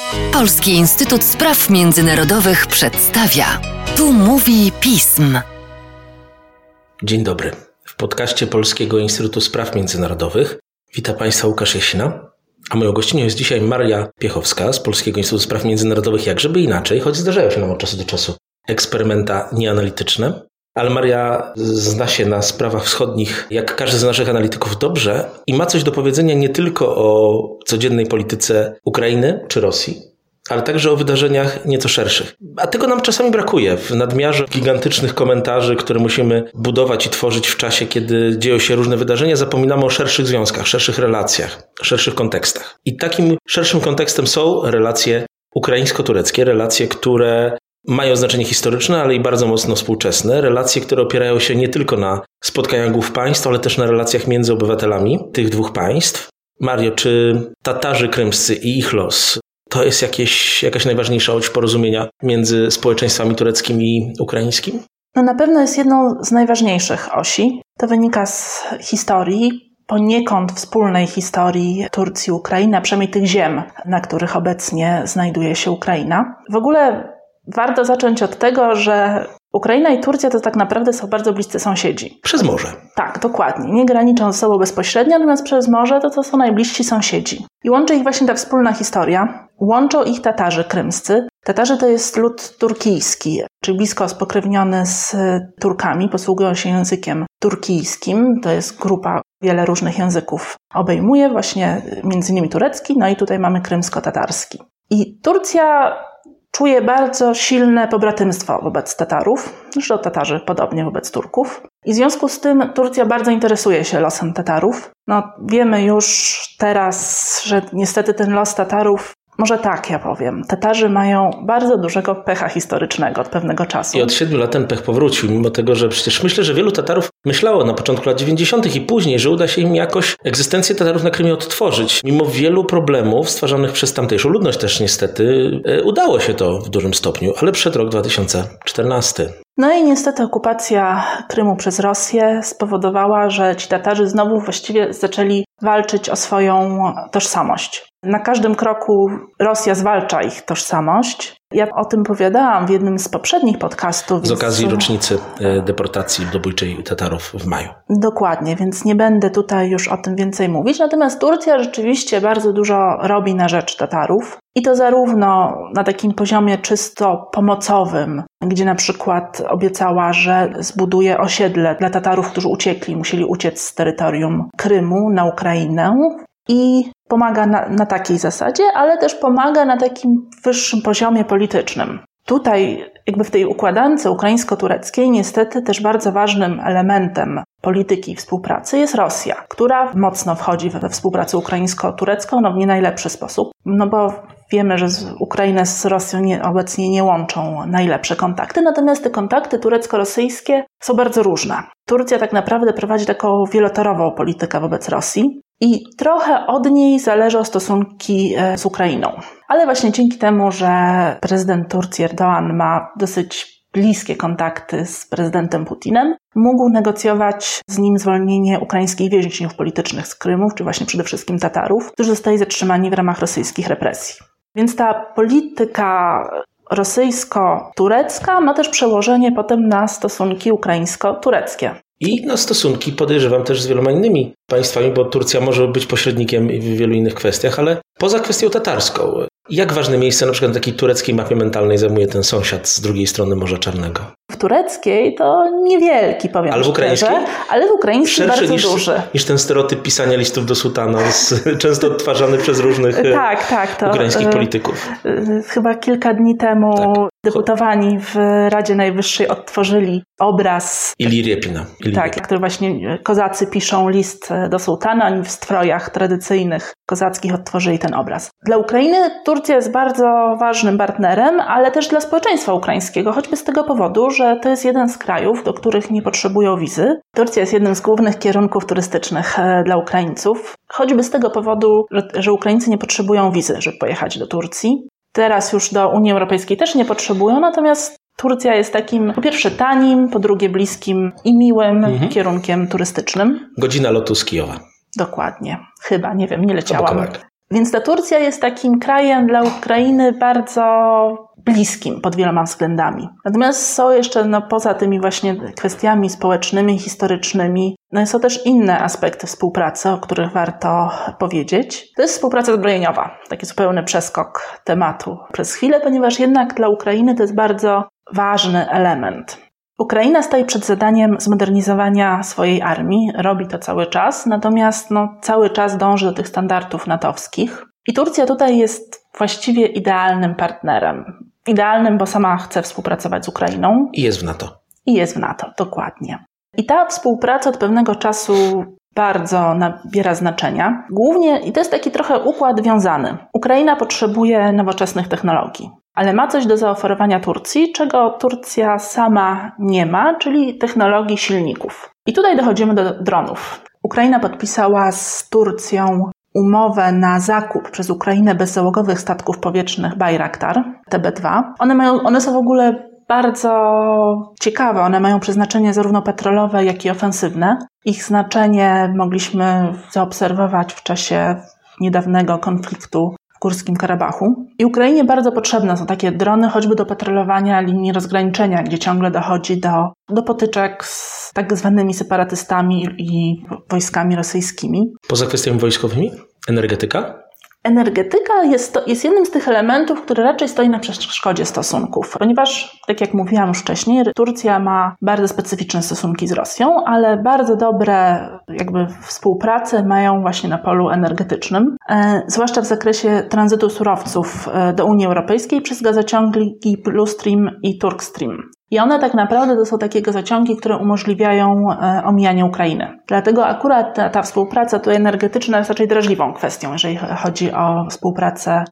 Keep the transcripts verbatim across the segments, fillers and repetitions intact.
Polski Instytut Spraw Międzynarodowych przedstawia. Tu mówi pism. Dzień dobry. W podcaście Polskiego Instytutu Spraw Międzynarodowych wita Państwa Łukasz Jasina, a moją gościnią jest dzisiaj Maria Piechowska z Polskiego Instytutu Spraw Międzynarodowych, jak żeby inaczej, choć zdarzają się nam od czasu do czasu eksperymenta nieanalityczne. Ale Maria zna się na sprawach wschodnich, jak każdy z naszych analityków, dobrze i ma coś do powiedzenia nie tylko o codziennej polityce Ukrainy czy Rosji, ale także o wydarzeniach nieco szerszych. A tego nam czasami brakuje w nadmiarze gigantycznych komentarzy, które musimy budować i tworzyć w czasie, kiedy dzieją się różne wydarzenia. Zapominamy o szerszych związkach, szerszych relacjach, szerszych kontekstach. I takim szerszym kontekstem są relacje ukraińsko-tureckie, relacje, które mają znaczenie historyczne, ale i bardzo mocno współczesne. Relacje, które opierają się nie tylko na spotkaniach głów państw, ale też na relacjach między obywatelami tych dwóch państw. Mario, czy Tatarzy krymscy i ich los to jest jakieś, jakaś najważniejsza oś porozumienia między społeczeństwami tureckim i ukraińskim? No na pewno jest jedną z najważniejszych osi. To wynika z historii, poniekąd wspólnej historii Turcji i Ukrainy, a przynajmniej tych ziem, na których obecnie znajduje się Ukraina. W ogóle warto zacząć od tego, że Ukraina i Turcja to tak naprawdę są bardzo bliscy sąsiedzi. Przez morze. Tak, dokładnie. Nie graniczą ze sobą bezpośrednio, natomiast przez morze to, to są najbliżsi sąsiedzi. I łączy ich właśnie ta wspólna historia. Łączą ich Tatarzy krymscy. Tatarzy to jest lud turkijski, czyli blisko spokrewniony z Turkami. Posługują się językiem turkijskim. To jest grupa, wiele różnych języków obejmuje, właśnie między innymi turecki, no i tutaj mamy krymsko-tatarski. I Turcja czuje bardzo silne pobratymstwo wobec Tatarów, zresztą Tatarzy podobnie wobec Turków. I w związku z tym Turcja bardzo interesuje się losem Tatarów. No, wiemy już teraz, że niestety ten los Tatarów, może tak ja powiem, Tatarzy mają bardzo dużego pecha historycznego od pewnego czasu. I od siedmiu lat ten pech powrócił, mimo tego, że przecież myślę, że wielu Tatarów myślało na początku lat dziewięćdziesiątych i później, że uda się im jakoś egzystencję Tatarów na Krymie odtworzyć. Mimo wielu problemów stwarzanych przez tamtejszą ludność też niestety udało się to w dużym stopniu, ale przed rok dwa tysiące czternasty. No i niestety okupacja Krymu przez Rosję spowodowała, że ci Tatarzy znowu właściwie zaczęli walczyć o swoją tożsamość. Na każdym kroku Rosja zwalcza ich tożsamość. Ja o tym opowiadałam w jednym z poprzednich podcastów. Z okazji rocznicy deportacji ludobójczej Tatarów w maju. Dokładnie, więc nie będę tutaj już o tym więcej mówić. Natomiast Turcja rzeczywiście bardzo dużo robi na rzecz Tatarów. I to zarówno na takim poziomie czysto pomocowym, gdzie na przykład obiecała, że zbuduje osiedle dla Tatarów, którzy uciekli, musieli uciec z terytorium Krymu na Ukrainę. I pomaga na, na takiej zasadzie, ale też pomaga na takim wyższym poziomie politycznym. Tutaj jakby w tej układance ukraińsko-tureckiej niestety też bardzo ważnym elementem polityki i współpracy jest Rosja, która mocno wchodzi we współpracę ukraińsko-turecką, no w nie najlepszy sposób, no bo wiemy, że z Ukrainę z Rosją nie, obecnie nie łączą najlepsze kontakty, natomiast te kontakty turecko-rosyjskie są bardzo różne. Turcja tak naprawdę prowadzi taką wielotorową politykę wobec Rosji i trochę od niej zależą stosunki z Ukrainą. Ale właśnie dzięki temu, że prezydent Turcji Erdoğan ma dosyć bliskie kontakty z prezydentem Putinem, mógł negocjować z nim zwolnienie ukraińskich więźniów politycznych z Krymu, czy właśnie przede wszystkim Tatarów, którzy zostali zatrzymani w ramach rosyjskich represji. Więc ta polityka rosyjsko-turecka ma też przełożenie potem na stosunki ukraińsko-tureckie. I na stosunki, podejrzewam, też z wieloma innymi państwami, bo Turcja może być pośrednikiem w wielu innych kwestiach, ale poza kwestią tatarską. Jak ważne miejsce na przykład na takiej tureckiej mapie mentalnej zajmuje ten sąsiad z drugiej strony Morza Czarnego? W tureckiej to niewielki, powiem ale w ukraińskiej? szczerze, ale w ukraińskiej bardzo niż, duży. niż ten stereotyp pisania listów do sułtana, z, często odtwarzany przez różnych tak, tak, to, ukraińskich polityków. Chyba kilka dni temu tak. Deputowani w Radzie Najwyższej odtworzyli obraz Ilii Riepina. Ilii tak, który właśnie kozacy piszą list do sułtana, oni w strojach tradycyjnych kozackich odtworzyli ten obraz. Dla Ukrainy Turcja jest bardzo ważnym partnerem, ale też dla społeczeństwa ukraińskiego, choćby z tego powodu, że to jest jeden z krajów, do których nie potrzebują wizy. Turcja jest jednym z głównych kierunków turystycznych dla Ukraińców, choćby z tego powodu, że, że Ukraińcy nie potrzebują wizy, żeby pojechać do Turcji. Teraz już do Unii Europejskiej też nie potrzebują, natomiast Turcja jest takim, po pierwsze tanim, po drugie bliskim i miłym mhm. kierunkiem turystycznym. Godzina lotu z Kijowa. Dokładnie. Chyba, nie wiem, nie leciałam. Więc ta Turcja jest takim krajem dla Ukrainy bardzo bliskim pod wieloma względami. Natomiast są jeszcze, no poza tymi właśnie kwestiami społecznymi, historycznymi, no są też inne aspekty współpracy, o których warto powiedzieć. To jest współpraca zbrojeniowa, taki zupełny przeskok tematu przez chwilę, ponieważ jednak dla Ukrainy to jest bardzo ważny element. Ukraina stoi przed zadaniem zmodernizowania swojej armii, robi to cały czas, natomiast no, cały czas dąży do tych standardów natowskich. I Turcja tutaj jest właściwie idealnym partnerem. Idealnym, bo sama chce współpracować z Ukrainą. I jest w NATO. I jest w NATO, dokładnie. I ta współpraca od pewnego czasu bardzo nabiera znaczenia. Głównie, i to jest taki trochę układ wiązany. Ukraina potrzebuje nowoczesnych technologii, ale ma coś do zaoferowania Turcji, czego Turcja sama nie ma, czyli technologii silników. I tutaj dochodzimy do dronów. Ukraina podpisała z Turcją umowę na zakup przez Ukrainę bezzałogowych statków powietrznych Bayraktar, T B dwa. One mają, one są w ogóle bardzo ciekawe. One mają przeznaczenie zarówno patrolowe, jak i ofensywne. Ich znaczenie mogliśmy zaobserwować w czasie niedawnego konfliktu w Górskim Karabachu. I Ukrainie bardzo potrzebne są takie drony, choćby do patrolowania linii rozgraniczenia, gdzie ciągle dochodzi do, do potyczek z tak zwanymi separatystami i wojskami rosyjskimi. Poza kwestiami wojskowymi? Energetyka? Energetyka jest, to, jest jednym z tych elementów, który raczej stoi na przeszkodzie stosunków, ponieważ, tak jak mówiłam już wcześniej, Turcja ma bardzo specyficzne stosunki z Rosją, ale bardzo dobre jakby współpracę mają właśnie na polu energetycznym, e, zwłaszcza w zakresie tranzytu surowców e, do Unii Europejskiej przez gazociągi Blue Stream i Turk Stream. I one tak naprawdę to są takie gazociągi, które umożliwiają e, omijanie Ukrainy. Dlatego akurat ta, ta współpraca tutaj energetyczna jest raczej drażliwą kwestią, jeżeli chodzi o współpracę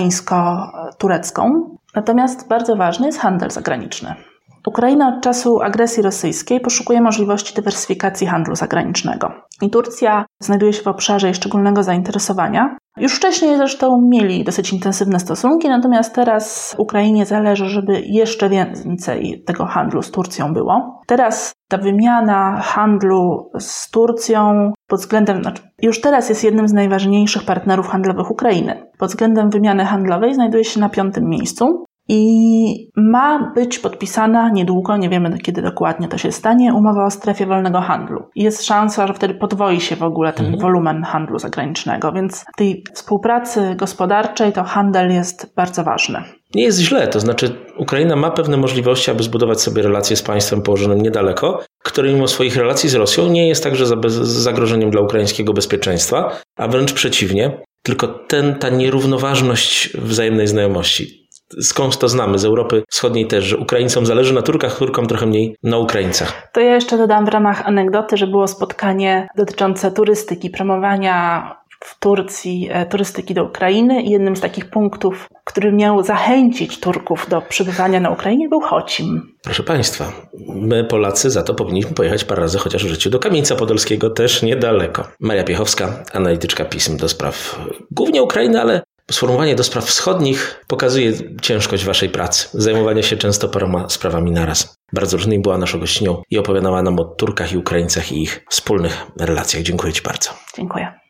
ukraińsko-turecką. Natomiast bardzo ważny jest handel zagraniczny. Ukraina od czasu agresji rosyjskiej poszukuje możliwości dywersyfikacji handlu zagranicznego. I Turcja znajduje się w obszarze jej szczególnego zainteresowania. Już wcześniej zresztą mieli dosyć intensywne stosunki, natomiast teraz Ukrainie zależy, żeby jeszcze więcej tego handlu z Turcją było. Teraz ta wymiana handlu z Turcją pod względem, znaczy już teraz jest jednym z najważniejszych partnerów handlowych Ukrainy. Pod względem wymiany handlowej znajduje się na piątym miejscu. I ma być podpisana niedługo, nie wiemy kiedy dokładnie to się stanie, umowa o strefie wolnego handlu. I jest szansa, że wtedy podwoi się w ogóle ten mhm. wolumen handlu zagranicznego, więc w tej współpracy gospodarczej to handel jest bardzo ważny. Nie jest źle, to znaczy Ukraina ma pewne możliwości, aby zbudować sobie relacje z państwem położonym niedaleko, które mimo swoich relacji z Rosją nie jest także zagrożeniem dla ukraińskiego bezpieczeństwa, a wręcz przeciwnie, tylko ten, ta nierównoważność wzajemnej znajomości. Skąd to znamy? Z Europy Wschodniej też, że Ukraińcom zależy na Turkach, Turkom trochę mniej na Ukraińcach. To ja jeszcze dodam w ramach anegdoty, że było spotkanie dotyczące turystyki, promowania w Turcji turystyki do Ukrainy i jednym z takich punktów, który miał zachęcić Turków do przybywania na Ukrainie, był Chocim. Proszę Państwa, my Polacy za to powinniśmy pojechać parę razy chociaż w życiu do Kamieńca Podolskiego, też niedaleko. Maria Piechowska, analityczka pism do spraw głównie Ukrainy, ale sformułowanie do spraw wschodnich pokazuje ciężkość waszej pracy. Zajmowanie się często paroma sprawami naraz. Bardzo różnymi była naszą gościnią i opowiadała nam o Turkach i Ukraińcach i ich wspólnych relacjach. Dziękuję Ci bardzo. Dziękuję.